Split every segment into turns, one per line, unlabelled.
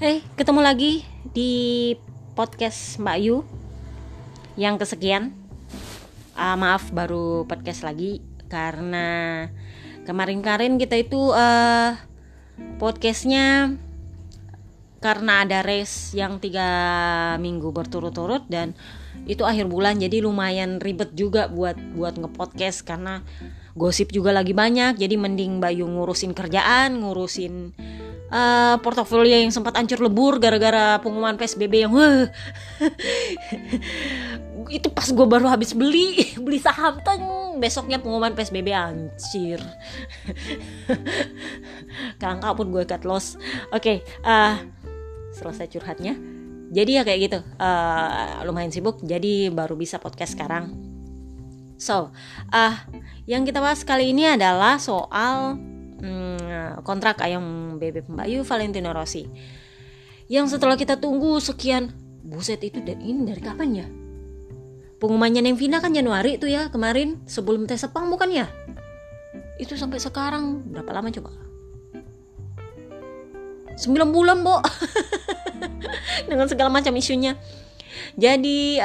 Ketemu lagi di podcast Mbak Yu yang kesekian. Maaf baru podcast lagi karena kemarin kita itu podcastnya karena ada race yang 3 minggu berturut-turut dan itu akhir bulan, jadi lumayan ribet juga buat nge-podcast karena gosip juga lagi banyak. Jadi mending Mbak Yu ngurusin kerjaan, ngurusin portofolio yang sempat hancur lebur gara-gara pengumuman PSBB yang itu pas gue baru habis beli saham, besoknya pengumuman PSBB anjir. Kakak pun gue cut loss. Selesai curhatnya. Jadi ya kayak gitu, lumayan sibuk, jadi baru bisa podcast sekarang. Yang kita bahas kali ini adalah soal kontrak ayam bebek Mbak Yu Valentino Rossi, yang setelah kita tunggu sekian, buset itu ini dari kapan ya? Pengumumannya Nemvina kan Januari itu ya, kemarin sebelum tes Sepang bukan ya? Itu sampai sekarang berapa lama coba? 9 bulan, Bo. Dengan segala macam isunya. Jadi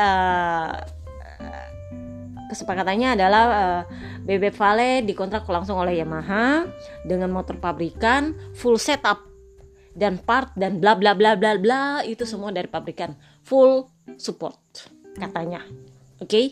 kesepakatannya adalah Bebek Vale dikontrak langsung oleh Yamaha dengan motor pabrikan, full setup dan part dan bla bla bla bla bla, itu semua dari pabrikan, full support katanya. Oke.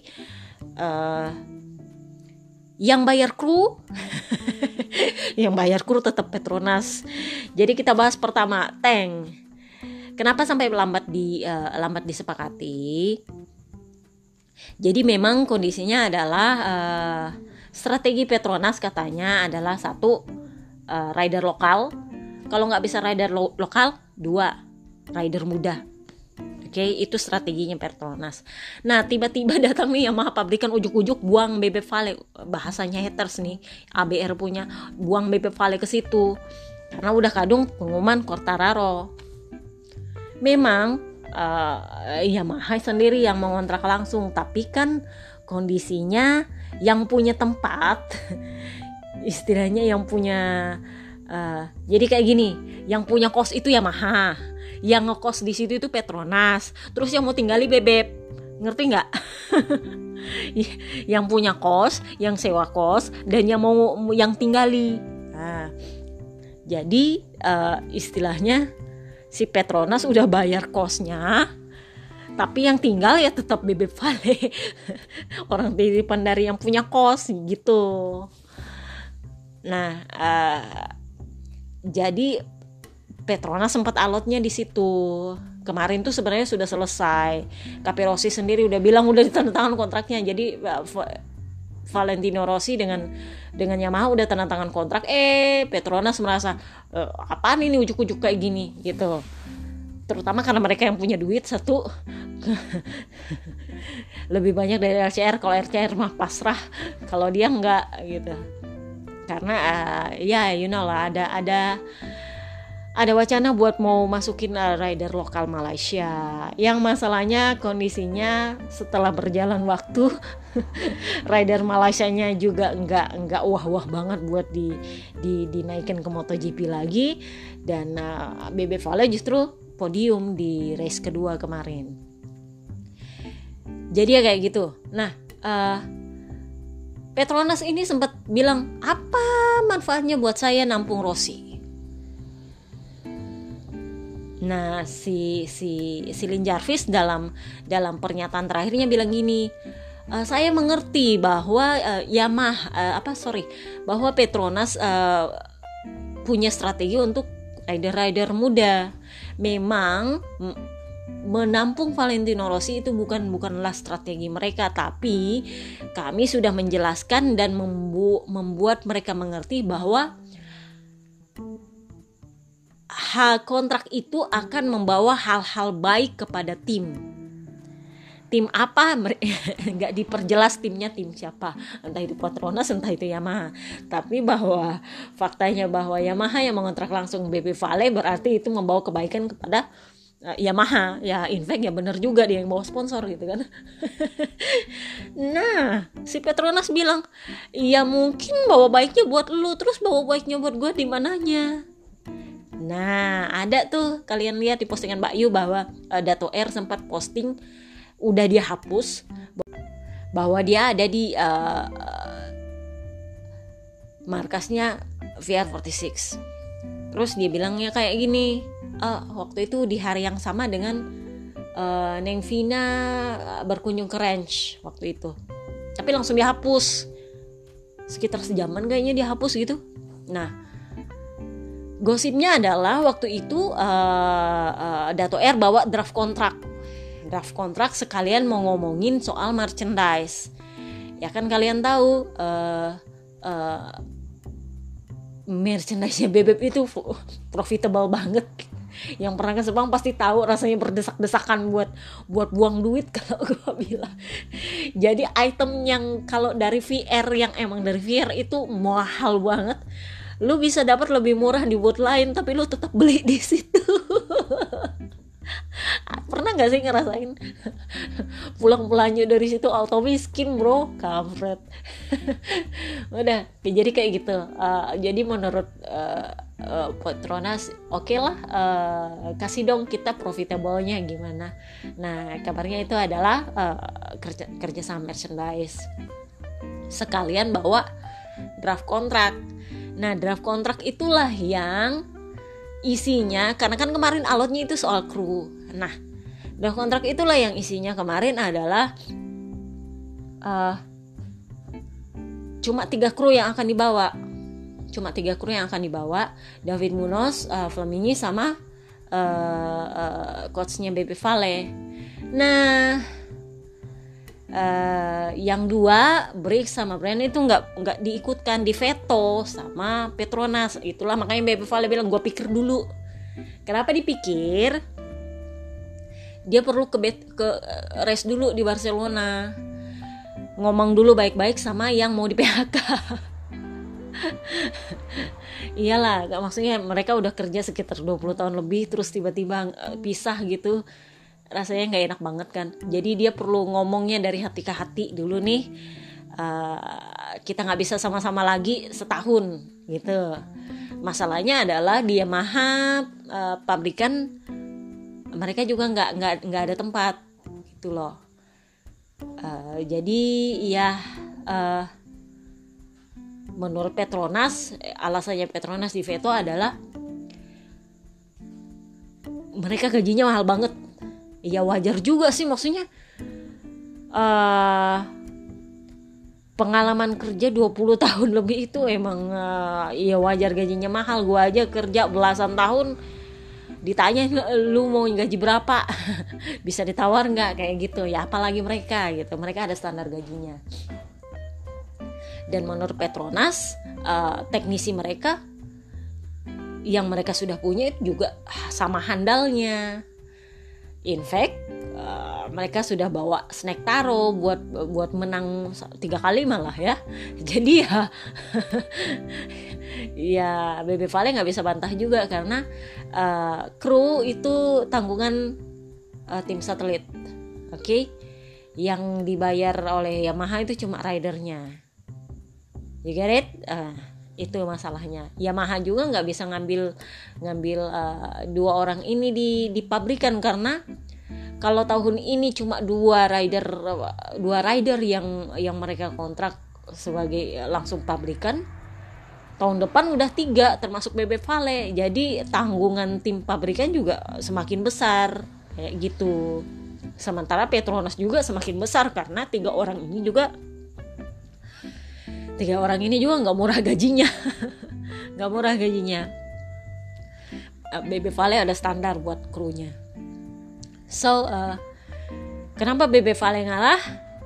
Yang bayar kru yang bayar kru tetap Petronas. Jadi kita bahas pertama tank. Kenapa sampai lambat disepakati? Jadi memang kondisinya adalah strategi Petronas katanya adalah 1, rider lokal. Kalau nggak bisa rider lokal, 2, rider muda. Oke, itu strateginya Petronas. Nah, tiba-tiba datang nih Yamaha pabrikan ujuk-ujuk buang Bebek Vale, bahasanya haters nih, ABR punya, buang Bebek Vale ke situ karena udah kadung pengumuman Quartararo. Memang Yamaha sendiri yang mengontrak langsung, tapi kan kondisinya yang punya tempat istilahnya yang punya jadi kayak gini, yang punya kos itu Yamaha, yang ngekos di situ itu Petronas, terus yang mau tinggali Bebek, ngerti nggak? Yang punya kos, yang sewa kos, dan yang tinggali. Nah, jadi istilahnya si Petronas udah bayar kosnya, tapi yang tinggal ya tetap Bebek Vale. Orang titipan dari yang punya kos gitu. Nah, jadi Petronas sempat alotnya di situ. Kemarin tuh sebenarnya sudah selesai. KP Rossi sendiri udah bilang udah ditandatangan kontraknya. Jadi Valentino Rossi dengan Yamaha udah tanda tangan kontrak. Petronas merasa apaan ini ujuk-ujuk kayak gini gitu. Terutama karena mereka yang punya duit, 1 lebih banyak dari RCR. Kalau RCR mah pasrah, kalau dia enggak gitu. Karena ya you know lah, ada wacana buat mau masukin rider lokal Malaysia. Yang masalahnya kondisinya setelah berjalan waktu rider Malaysianya juga enggak wah-wah banget buat dinaikin ke MotoGP lagi. Dan Bebek Vale justru podium di race kedua kemarin. Jadi ya kayak gitu. Nah, Petronas ini sempat bilang, apa manfaatnya buat saya nampung Rossi? Nah, si Lin Jarvis dalam pernyataan terakhirnya bilang gini, saya mengerti bahwa bahwa Petronas punya strategi untuk rider-rider muda. Memang menampung Valentino Rossi itu bukanlah strategi mereka, tapi kami sudah menjelaskan dan membuat mereka mengerti bahwa kontrak itu akan membawa hal-hal baik kepada tim. Tim apa? Nggak diperjelas timnya tim siapa, entah itu Petronas entah itu Yamaha. Tapi bahwa faktanya bahwa Yamaha yang mengontrak langsung Bebek Vale berarti itu membawa kebaikan kepada Yamaha. Ya in fact ya benar juga dia yang bawa sponsor gitu kan. Nah si Petronas bilang ya mungkin bawa baiknya buat lu, terus bawa baiknya buat gue di mananya? Nah, ada tuh kalian lihat di postingan Mbak Yu bahwa Dato R sempat posting udah dia hapus bahwa dia ada di markasnya VR46. Terus dia bilangnya kayak gini, waktu itu di hari yang sama dengan Neng Vina berkunjung ke ranch waktu itu. Tapi langsung dihapus. Sekitar sejaman kayaknya dihapus gitu. Nah, gosipnya adalah waktu itu Dato R bawa draft kontrak sekalian mau ngomongin soal merchandise. Ya kan kalian tahu merchandise-nya Bebep itu profitable banget. Yang pernah ke Sepang pasti tahu rasanya berdesak-desakan buat buang duit kalau gue bilang. Jadi item yang kalau dari VR yang emang dari VR itu mahal banget. Lu bisa dapat lebih murah di booth lain tapi lu tetap beli di situ. Pernah nggak sih ngerasain pulang-pulangnya dari situ auto miskin bro, kampret. Udah jadi kayak gitu. Jadi menurut Petronas oke lah, kasih dong kita profitable-nya gimana. Nah kabarnya itu adalah kerja sama merchandise sekalian bawa draft kontrak. Nah draft kontrak itulah yang isinya, karena kan kemarin alotnya itu soal kru. Nah draft kontrak itulah yang isinya kemarin adalah cuma 3 kru yang akan dibawa. David Munoz, Flamini sama coachnya Bebe Vale. Nah yang 2 Briggs sama Brand itu nggak diikutkan, di veto sama Petronas. Itulah makanya Bebe Vale bilang gue pikir dulu. Kenapa dipikir? Dia perlu ke rest dulu di Barcelona, ngomong dulu baik-baik sama yang mau di PHK. Iyalah, maksudnya mereka udah kerja sekitar 20 tahun lebih terus tiba-tiba pisah gitu. Rasanya gak enak banget kan. Jadi dia perlu ngomongnya dari hati ke hati dulu nih. Kita gak bisa sama-sama lagi setahun gitu. Masalahnya adalah di Yamaha pabrikan mereka juga nggak ada tempat gitu loh. Jadi ya menurut Petronas, alasannya Petronas di veto adalah mereka gajinya mahal banget. Ya wajar juga sih, maksudnya pengalaman kerja 20 tahun lebih itu emang ya wajar gajinya mahal. Gua aja kerja belasan tahun ditanya lu mau gaji berapa, bisa ditawar nggak kayak gitu ya, apalagi mereka gitu, mereka ada standar gajinya. Dan menurut Petronas teknisi mereka yang mereka sudah punya itu juga sama handalnya. In fact mereka sudah bawa snack taro buat menang 3 kali malah ya. Jadi ya ya Bebe Vale nggak bisa bantah juga karena kru itu tanggungan tim satelit, oke? Yang dibayar oleh Yamaha itu cuma ridernya. You get it? Itu masalahnya. Yamaha juga nggak bisa ngambil 2 orang ini di pabrikan, karena kalau tahun ini cuma 2 rider yang mereka kontrak sebagai langsung pabrikan, tahun depan udah 3 termasuk Bebe Vale. Jadi tanggungan tim pabrikan juga semakin besar kayak gitu. Sementara Petronas juga semakin besar karena 3 orang ini juga nggak murah gajinya. Nggak murah gajinya. Bebe Vale ada standar buat krunya. So kenapa Bebe Vale ngalah?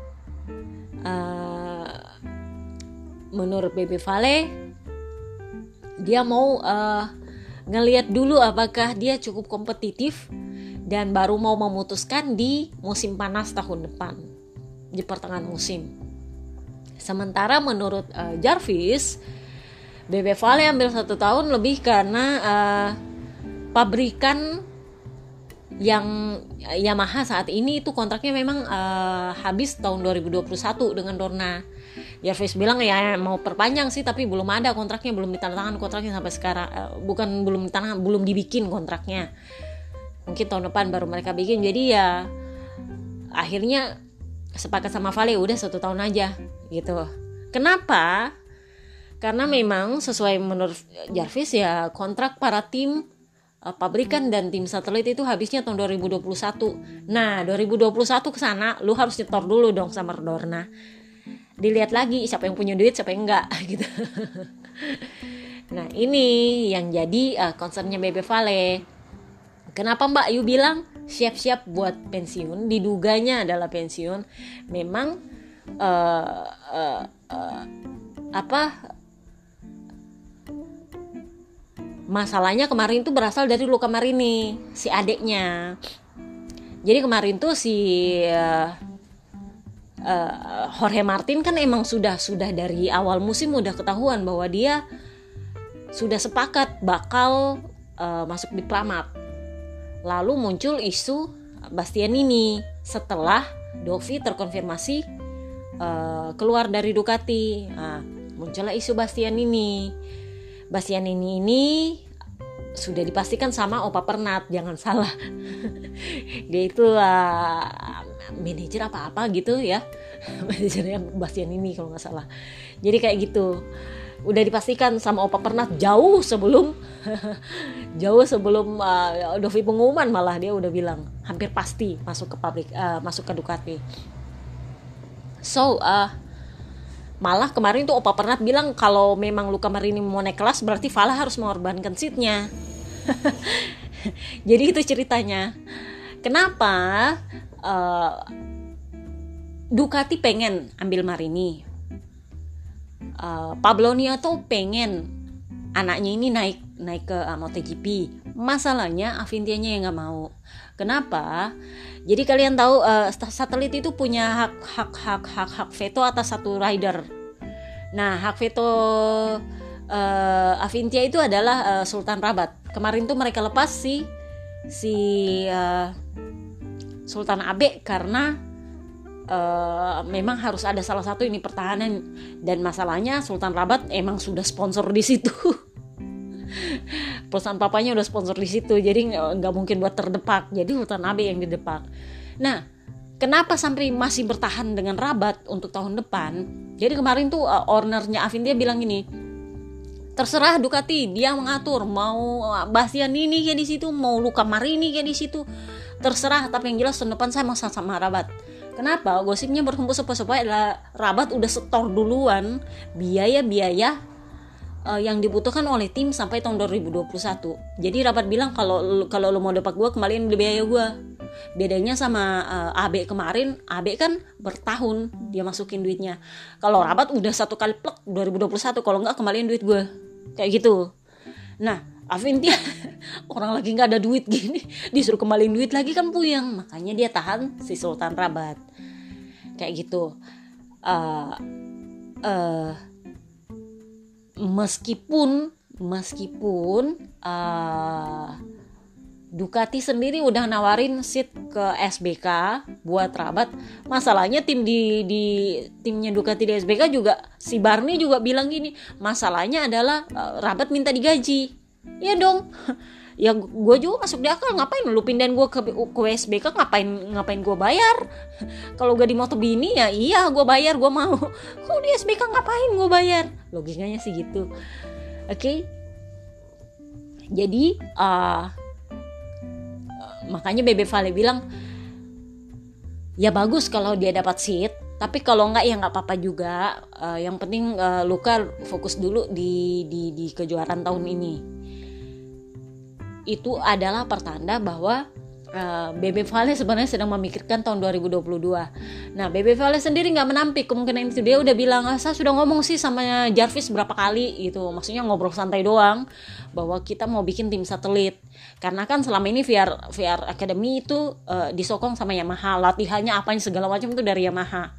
Menurut Bebe Vale, dia mau ngelihat dulu apakah dia cukup kompetitif dan baru mau memutuskan di musim panas tahun depan, di pertengahan musim. Sementara menurut Jarvis, Bebe Vale ambil 1 tahun lebih karena pabrikan yang Yamaha saat ini itu kontraknya memang habis tahun 2021 dengan Dorna. Jarvis bilang ya mau perpanjang sih, tapi belum ada kontraknya, belum ditandatangan kontraknya sampai sekarang. Bukan belum ditandatangan, belum dibikin kontraknya. Mungkin tahun depan baru mereka bikin. Jadi ya akhirnya sepakat sama Vale, udah 1 tahun aja gitu. Kenapa? Karena memang sesuai menurut Jarvis ya, kontrak para tim pabrikan dan tim satelit itu habisnya tahun 2021. Nah 2021 kesana lu harus nyetor dulu dong sama Dorna. Dilihat lagi siapa yang punya duit, siapa yang enggak gitu. Nah ini yang jadi concernnya Bebe Vale. Kenapa Mbak Yu bilang siap-siap buat pensiun? Diduganya adalah pensiun. Memang masalahnya kemarin tuh berasal dari Luca Marini, si adeknya. Jadi kemarin tuh si Jorge Martin kan emang sudah dari awal musim udah ketahuan bahwa dia sudah sepakat bakal masuk di Pramac. Lalu muncul isu Bastianini setelah Dovi terkonfirmasi keluar dari Ducati. Muncullah isu Bastianini ini sudah dipastikan sama Opa Pernat, jangan salah. Dia itu manajer apa gitu ya, manajernya Bastianini kalau nggak salah. Jadi kayak gitu, udah dipastikan sama Opa Pernat jauh sebelum Dovi pengumuman, malah dia udah bilang hampir pasti masuk ke Ducati. So malah kemarin tuh Opa Pernat bilang kalau memang Luca Marini mau naik kelas berarti Vale harus mengorbankan seatnya. Jadi itu ceritanya. Kenapa Ducati pengen ambil Marini, Pablo Nieto pengen anaknya ini naik ke MotoGP. Masalahnya Avintia-nya yang nggak mau. Kenapa? Jadi kalian tahu satelit itu punya hak veto atas satu rider. Nah hak veto Avintia itu adalah Sultan Rabat. Kemarin tuh mereka lepas si Sultan Abe karena memang harus ada salah satu ini pertahanan, dan masalahnya Sultan Rabat emang sudah sponsor di situ. Perusahaan papanya udah sponsor di situ, jadi nggak mungkin buat terdepak. Jadi Sultan Abe yang didepak. Nah, kenapa sampai masih bertahan dengan Rabat untuk tahun depan? Jadi kemarin tuh ownernya Avintia bilang gini, terserah Ducati, dia mengatur mau Bastianini kayak di situ, mau Luca Marini kayak di situ, terserah. Tapi yang jelas tahun depan saya mau sama Rabat. Kenapa? Gosipnya berhembus-hembus adalah Rabat udah setor duluan biaya-biaya yang dibutuhkan oleh tim sampai tahun 2021. Jadi Rabat bilang kalau lo mau dapat gue kembaliin biaya gue. Bedanya sama AB kemarin, AB kan bertahun dia masukin duitnya. Kalau Rabat udah satu kali plek 2021, kalau enggak kembaliin duit gue. Kayak gitu. Nah, Avintia orang lagi nggak ada duit gini, disuruh kembaliin duit lagi kan puyeng. Makanya dia tahan si Sultan Rabat. Kayak gitu. Meskipun Ducati sendiri udah nawarin seat ke SBK buat Rabat. Masalahnya timnya Ducati di SBK juga, si Barni juga bilang gini, masalahnya adalah Rabat minta digaji. Ya dong. Ya gue juga masuk di akal, ngapain lu pindahin gue ke SBK, ngapain gue bayar? Kalau gak di Motobini ya iya gue bayar, gue mau. Kalau di SBK ngapain gue bayar? Logikanya sih gitu. Oke. Jadi makanya Bebe Vale bilang ya bagus kalau dia dapat seat, tapi kalau enggak ya nggak apa-apa juga. Yang penting Luca fokus dulu di kejuaraan tahun ini. Itu adalah pertanda bahwa Bebe Vale sebenarnya sedang memikirkan tahun 2022. Nah, Bebe Vale sendiri nggak menampik kemungkinan itu. Dia udah bilang, saya sudah ngomong sih sama Jarvis berapa kali gitu. Maksudnya ngobrol santai doang bahwa kita mau bikin tim satelit. Karena kan selama ini VR Academy itu disokong sama Yamaha. Latihannya apanya segala macam itu dari Yamaha.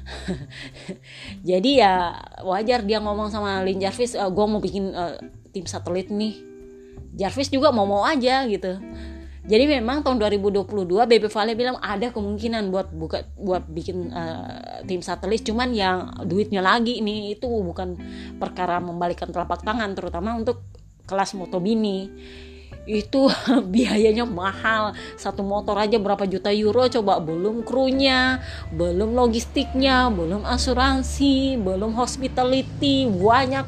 Jadi ya wajar dia ngomong sama Lin Jarvis, gue mau bikin tim satelit nih. Jarvis juga mau aja gitu. Jadi memang tahun 2022 BB Vale bilang ada kemungkinan buat bikin tim satelit, cuman yang duitnya lagi ini itu bukan perkara membalikkan telapak tangan, terutama untuk kelas Moto Mini. Itu biayanya mahal, satu motor aja berapa juta euro coba, belum krunya, belum logistiknya, belum asuransi, belum hospitality, banyak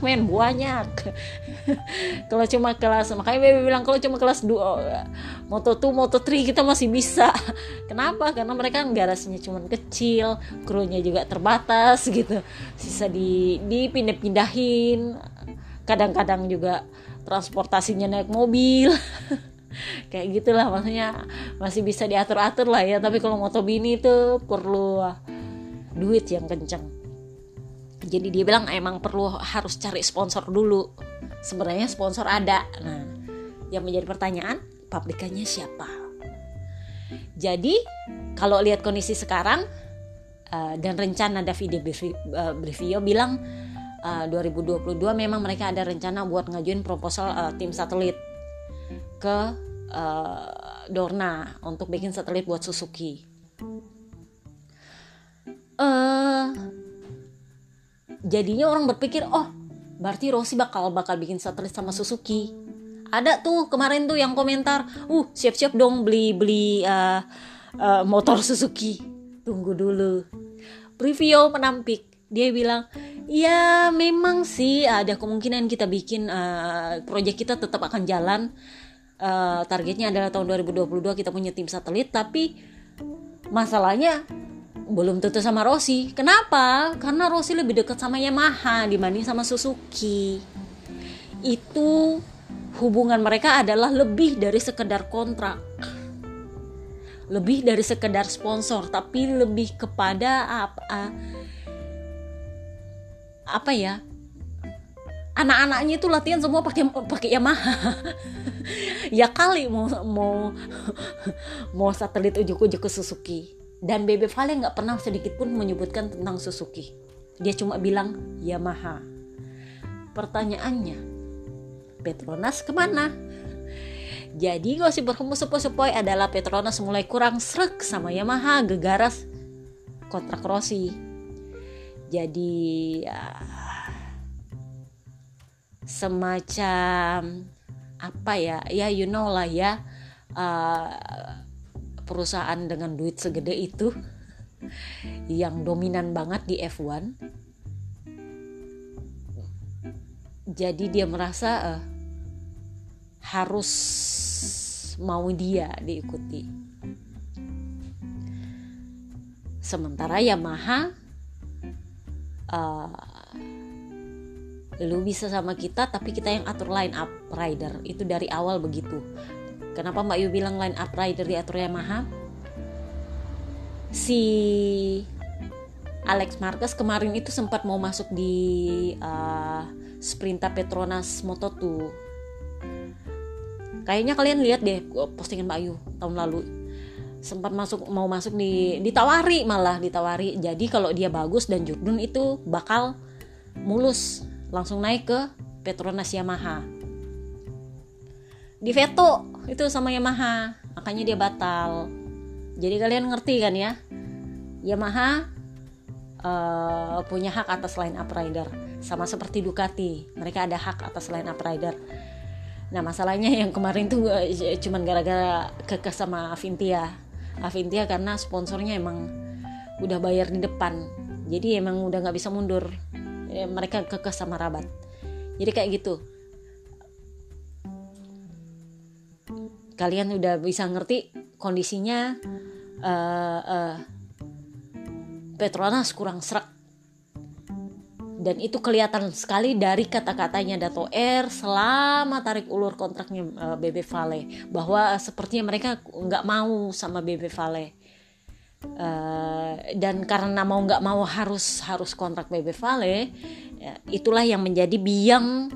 kalau cuma kelas, makanya Bebe bilang kalau cuma kelas 2 Moto2, Moto3 kita masih bisa. Kenapa? Karena mereka kan garasinya cuma kecil, krunya juga terbatas gitu, sisa dipindah-pindahin, kadang-kadang juga transportasinya naik mobil. Kayak gitulah, maksudnya masih bisa diatur-atur lah ya. Tapi kalau Moto Mini itu perlu duit yang kenceng. Jadi dia bilang emang harus cari sponsor dulu. Sebenarnya sponsor ada. Nah, yang menjadi pertanyaan, pabrikannya siapa? Jadi kalau lihat kondisi sekarang dan rencana Davide Brivio bilang 2022 memang mereka ada rencana buat ngajuin proposal tim satelit ke Dorna untuk bikin satelit buat Suzuki. Jadinya orang berpikir, oh berarti Rossi bakal bikin satelit sama Suzuki. Ada tuh kemarin tuh yang komentar, siap-siap dong beli motor Suzuki. Tunggu dulu. Brivio menampik, dia bilang, ya memang sih ada kemungkinan kita bikin proyek kita tetap akan jalan. Targetnya adalah tahun 2022 kita punya tim satelit, tapi masalahnya belum tentu sama Rossi. Kenapa? Karena Rossi lebih dekat sama Yamaha dibanding sama Suzuki. Itu hubungan mereka adalah lebih dari sekedar kontrak, lebih dari sekedar sponsor, tapi lebih kepada apa ya, anak-anaknya itu latihan semua pakai Yamaha. Ya kali mau satelit ujuk-ujuk ke Suzuki. Dan BB Vale nggak pernah sedikit pun menyebutkan tentang Suzuki, dia cuma bilang Yamaha. Pertanyaannya, Petronas kemana? Jadi gosip berhembus sepoi-sepoi adalah Petronas mulai kurang srek sama Yamaha gegaras kontrak Rossi. Jadi semacam apa ya you know lah ya, perusahaan dengan duit segede itu yang dominan banget di F1. Jadi dia merasa harus mau dia diikuti. Sementara Yamaha, lu bisa sama kita tapi kita yang atur line up rider. Itu dari awal begitu. Kenapa Mbak Yu bilang line up rider diatur Yamaha? Si Alex Marquez kemarin itu sempat mau masuk di Sprinta Petronas Moto2. Kayaknya kalian lihat deh postingan Mbak Yu tahun lalu. Sempat mau masuk ditawari. Jadi kalau dia bagus dan jurdun itu bakal mulus langsung naik ke Petronas Yamaha. Di veto itu sama Yamaha, makanya dia batal. Jadi kalian ngerti kan ya, Yamaha punya hak atas line up rider, sama seperti Ducati, mereka ada hak atas line up rider. Nah masalahnya yang kemarin tuh cuman gara-gara kekeh sama Avintia karena sponsornya emang udah bayar di depan, jadi emang udah nggak bisa mundur. Mereka kekeh sama Rabat, jadi kayak gitu. Kalian udah bisa ngerti kondisinya. Petronas kurang serak, dan itu kelihatan sekali dari kata-katanya Dato R selama tarik ulur kontraknya BB Vale, bahwa sepertinya mereka nggak mau sama BB Vale. Dan karena mau nggak mau harus kontrak BB Vale, itulah yang menjadi biang,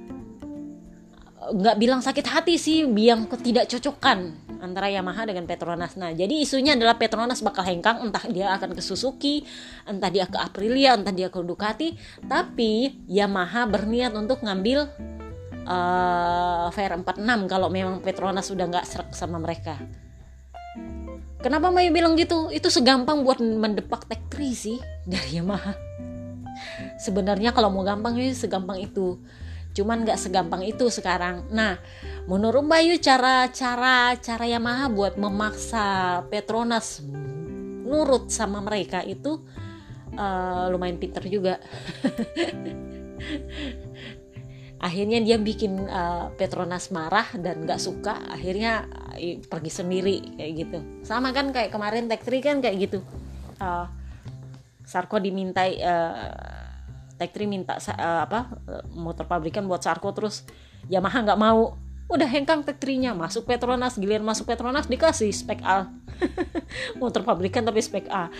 nggak bilang sakit hati sih, biang ketidakcocokan antara Yamaha dengan Petronas. Nah jadi isunya adalah Petronas bakal hengkang, entah dia akan ke Suzuki, entah dia ke Aprilia, entah dia ke Ducati, tapi Yamaha berniat untuk ngambil VR46 kalau memang Petronas sudah nggak serak sama mereka. Kenapa Mayu bilang gitu? Itu segampang buat mendepak Tech 3 sih dari Yamaha. Sebenarnya kalau mau gampang itu segampang itu, cuman nggak segampang itu sekarang. Nah, menurut Bayu cara Yamaha buat memaksa Petronas nurut sama mereka itu lumayan pinter juga. Akhirnya dia bikin Petronas marah dan nggak suka, akhirnya pergi sendiri kayak gitu. Sama kan kayak kemarin Tech 3 kan kayak gitu. Sarko dimintai Tech 3 minta motor pabrikan buat Sarko, terus Yamaha nggak mau. Udah hengkang Tech 3-nya masuk Petronas, giliran masuk Petronas dikasih spek A. Motor pabrikan tapi spek A.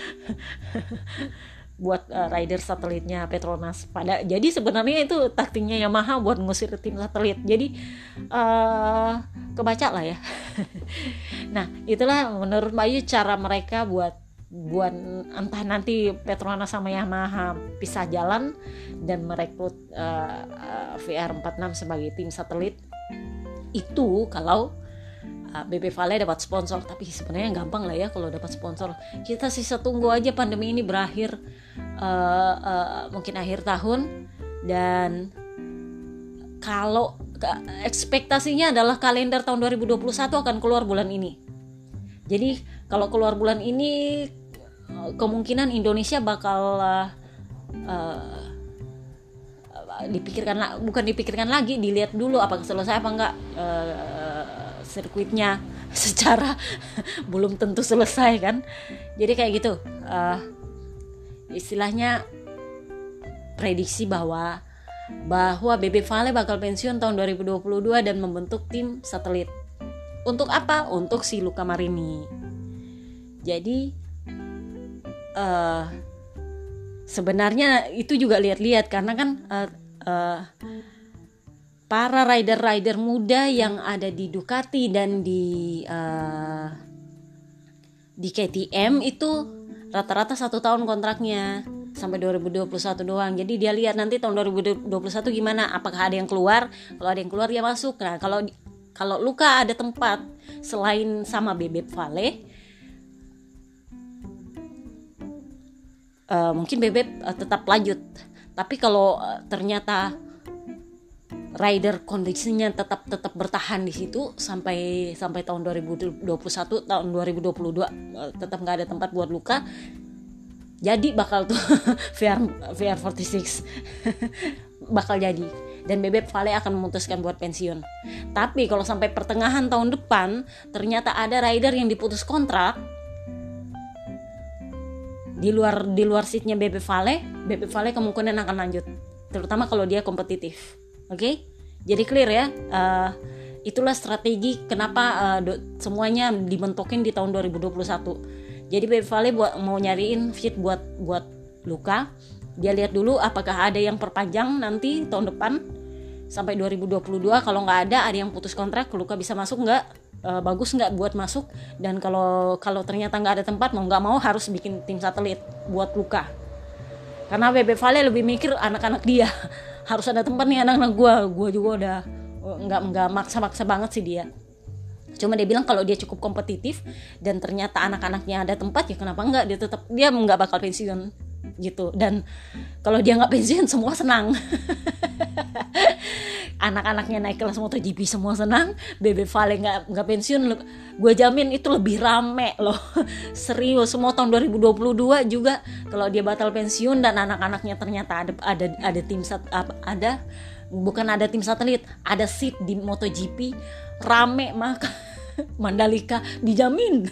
Buat rider satelitnya Petronas. Jadi sebenarnya itu taktiknya Yamaha buat ngusir tim satelit. Jadi kebaca lah ya. Nah, itulah menurut Bayu cara mereka buat entah nanti Petronas sama Yamaha pisah jalan dan merekrut VR46 sebagai tim satelit. Itu kalau BB Vale dapat sponsor, tapi sebenarnya gampang lah ya kalau dapat sponsor. Kita sisa tunggu aja pandemi ini berakhir, mungkin akhir tahun, dan kalau ekspektasinya adalah kalender tahun 2021 akan keluar bulan ini. Jadi kalau keluar bulan ini kemungkinan Indonesia bakal dipikirkan lagi, dilihat dulu apakah selesai apa enggak sirkuitnya. Secara belum tentu selesai kan, jadi kayak gitu. Istilahnya prediksi bahwa BB Vale bakal pensiun tahun 2022 dan membentuk tim satelit. Untuk apa? Untuk si Luca Marini. Jadi sebenarnya itu juga lihat-lihat, karena kan para rider muda yang ada di Ducati dan di KTM itu rata-rata 1 tahun kontraknya sampai 2021 doang. Jadi dia lihat nanti tahun 2021 gimana, apakah ada yang keluar. Kalau ada yang keluar dia masuk. Nah, kalau Luca ada tempat selain sama BB Vale, mungkin BB tetap lanjut. Tapi kalau ternyata rider kondisinya tetap bertahan di situ sampai tahun 2021, tahun 2022 tetap nggak ada tempat buat Luca, jadi bakal tuh VR46 bakal jadi, dan BB Vale akan memutuskan buat pensiun. Tapi kalau sampai pertengahan tahun depan ternyata ada rider yang diputus kontrak di luar seatnya BB Vale kemungkinan akan lanjut, terutama kalau dia kompetitif. Oke? Jadi clear ya. Itulah strategi kenapa semuanya dibentokin di tahun 2021. Jadi BB Vale mau nyariin fit buat Luca. Dia lihat dulu apakah ada yang perpanjang nanti tahun depan sampai 2022. Kalau nggak ada yang putus kontrak, Luca bisa masuk nggak? Bagus nggak buat masuk? Dan kalau ternyata nggak ada tempat, mau nggak mau harus bikin tim satelit buat Luca. Karena BB Vale lebih mikir anak-anak dia. Harus ada tempat nih anak-anak gue juga udah nggak maksa banget sih dia. Cuma dia bilang kalau dia cukup kompetitif dan ternyata anak-anaknya ada tempat, ya kenapa enggak, dia nggak bakal pensiun gitu. Dan kalau dia nggak pensiun semua senang. Anak-anaknya naik kelas MotoGP semua senang, BB Vale nggak pensiun, gue jamin itu lebih rame loh. Serius, semua tahun 2022 juga kalau dia batal pensiun dan anak-anaknya ternyata ada tim tim satelit, ada seat di MotoGP, rame maka Mandalika dijamin.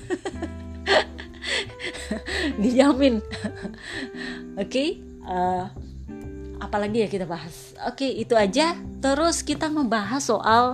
Dijamin. Oke. Apalagi ya kita bahas. Oke, itu aja. Terus kita membahas soal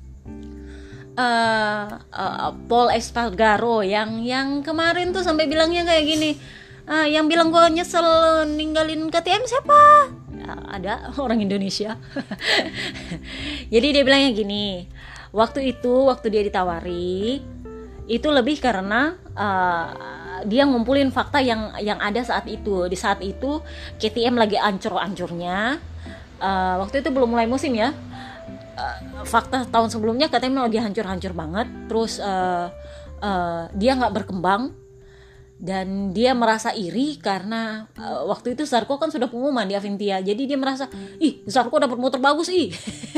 Paul Espargaro yang kemarin tuh sampai bilangnya kayak gini. Yang bilang gue nyesel ninggalin KTM siapa? Ada orang Indonesia. Jadi dia bilangnya gini. Waktu dia ditawari itu lebih karena dia ngumpulin fakta yang ada saat itu. Di saat itu KTM lagi ancur-ancurnya. Waktu itu belum mulai musim ya. fakta tahun sebelumnya katanya lagi hancur-hancur banget. Terus dia nggak berkembang dan dia merasa iri karena waktu itu Zarko kan sudah pengumuman di Avintia. Jadi dia merasa, ih Zarko dapat motor bagus ih.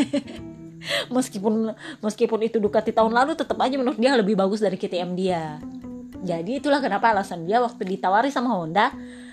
meskipun itu Ducati tahun lalu, tetap aja menurut dia lebih bagus dari KTM dia. Jadi itulah kenapa alasan dia waktu ditawari sama Honda,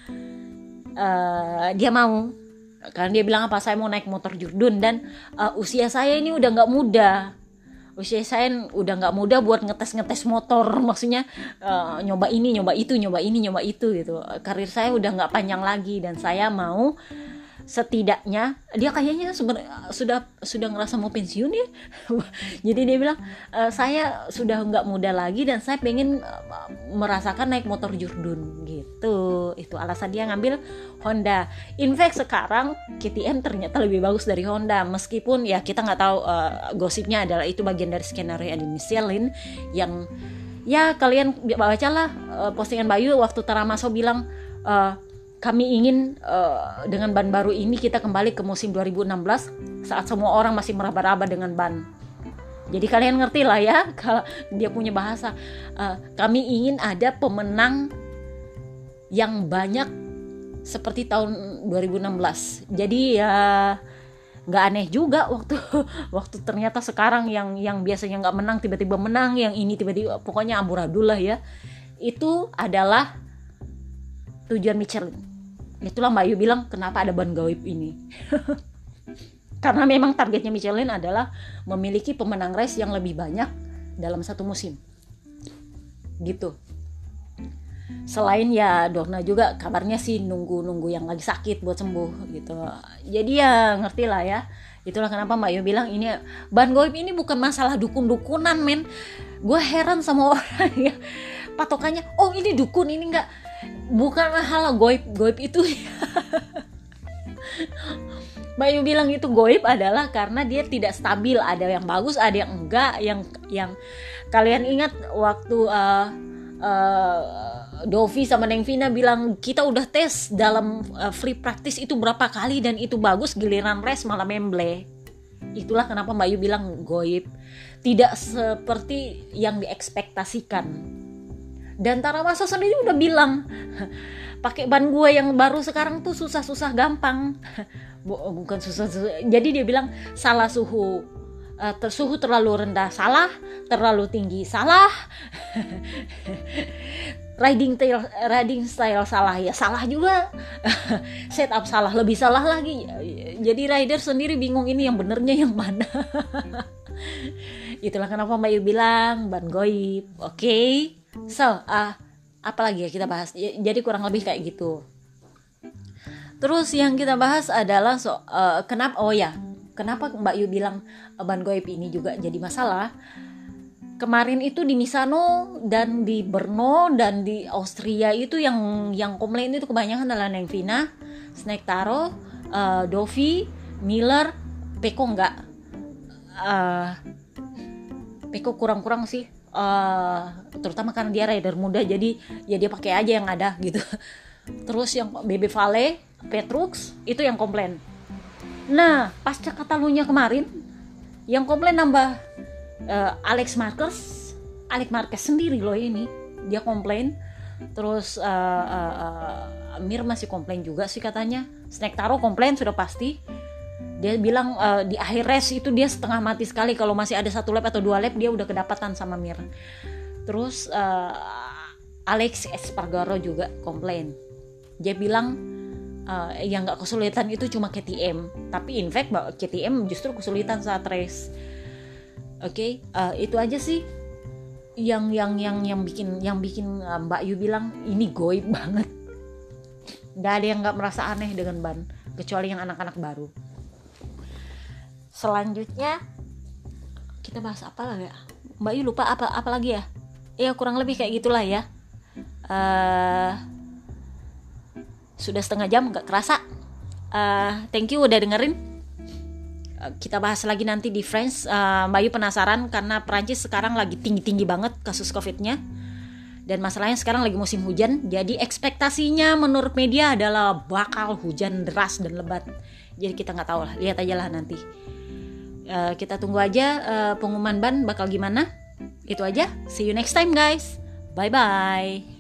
dia mau. Karena dia bilang apa, saya mau naik motor Jurdun dan usia saya ini udah nggak muda. Usia saya udah nggak muda buat ngetes motor, maksudnya nyoba ini, nyoba itu gitu. Karir saya udah nggak panjang lagi dan saya mau setidaknya, dia kayaknya sudah ngerasa mau pensiun ya. Jadi dia bilang saya sudah nggak muda lagi dan saya pengen merasakan naik motor Jurdun gitu. Itu alasan dia ngambil Honda. In fact sekarang KTM ternyata lebih bagus dari Honda, meskipun ya kita nggak tahu, gosipnya adalah itu bagian dari skenario yang Michelin yang ya kalian bacalah postingan Bayu waktu Taramaso bilang kami ingin dengan ban baru ini kita kembali ke musim 2016 saat semua orang masih meraba-raba dengan ban. Jadi kalian ngerti lah ya kalau dia punya bahasa. Kami ingin ada pemenang yang banyak seperti tahun 2016. Jadi ya nggak aneh juga waktu ternyata sekarang yang biasanya nggak menang tiba-tiba menang, yang ini tiba-tiba pokoknya amburadul lah ya. Itu adalah tujuan Michelin. Itulah Mbak Yu bilang kenapa ada ban gaib ini. Karena memang targetnya Michelin adalah memiliki pemenang race yang lebih banyak dalam satu musim. Gitu. Selain ya Dorna juga kabarnya sih nunggu yang lagi sakit buat sembuh gitu. Jadi ya ngerti lah ya. Itulah kenapa Mbak Yu bilang ini ban gaib ini bukan masalah dukun-dukunan men. Gue heran sama orang ya. Patokannya oh ini dukun, ini enggak. Bukan hal goib itu ya. Mbak Yu bilang itu goib adalah karena dia tidak stabil, ada yang bagus ada yang enggak, yang kalian ingat waktu Dovi sama Neng Vina bilang kita udah tes dalam free practice itu berapa kali dan itu bagus, giliran race malah memble. Itulah kenapa Mbak Yu bilang goib, tidak seperti yang diekspektasikan. Dan Taramaso sendiri udah bilang pakai ban gue yang baru sekarang tuh susah gampang. Bukan susah. Jadi dia bilang salah suhu, suhu terlalu rendah salah, terlalu tinggi salah, riding style salah ya salah juga, setup salah lebih salah lagi. Jadi rider sendiri bingung ini yang benernya yang mana. Itulah kenapa Mbak Yu bilang ban goib. Oke. So, apa lagi ya kita bahas? Jadi kurang lebih kayak gitu. Terus yang kita bahas adalah kenapa Mbak Yu bilang ban goib ini juga jadi masalah. Kemarin itu di Misano dan di Brno dan di Austria itu yang komplain itu kebanyakan adalah Neng Vina, Snaktaro, Dovi, Miller, Peko enggak. Peko kurang sih. Terutama karena dia rider muda, jadi ya dia pakai aja yang ada gitu. Terus yang Bebe Vale, Petrux itu yang komplain. Nah pasca Catalunya kemarin yang komplain nambah Alex Marquez sendiri loh ini, dia komplain. Terus Mir masih komplain juga sih katanya. Snaktaro komplain sudah pasti. Dia bilang di akhir race itu dia setengah mati sekali, kalau masih ada 1 lap atau 2 lap dia udah kedapatan sama Mir. Terus Alex Espargaro juga komplain. Dia bilang yang gak kesulitan itu cuma KTM, tapi in fact KTM justru kesulitan saat race. Oke, itu aja sih yang bikin Mbak Yu bilang ini goib banget. Gak ada yang gak merasa aneh dengan ban, kecuali yang anak-anak baru. Selanjutnya kita bahas apa lagi ya? Mbak Yu lupa apa lagi ya? Ya kurang lebih kayak gitulah ya. Sudah setengah jam gak kerasa. Thank you udah dengerin. Kita bahas lagi nanti di France. Mbak Yu penasaran karena Perancis sekarang lagi tinggi-tinggi banget kasus COVID-nya. Dan masalahnya sekarang lagi musim hujan. Jadi ekspektasinya menurut media adalah bakal hujan deras dan lebat. Jadi kita gak tahu lah, lihat aja lah nanti. Kita tunggu aja pengumuman ban bakal gimana. Itu aja. See you next time guys. Bye bye.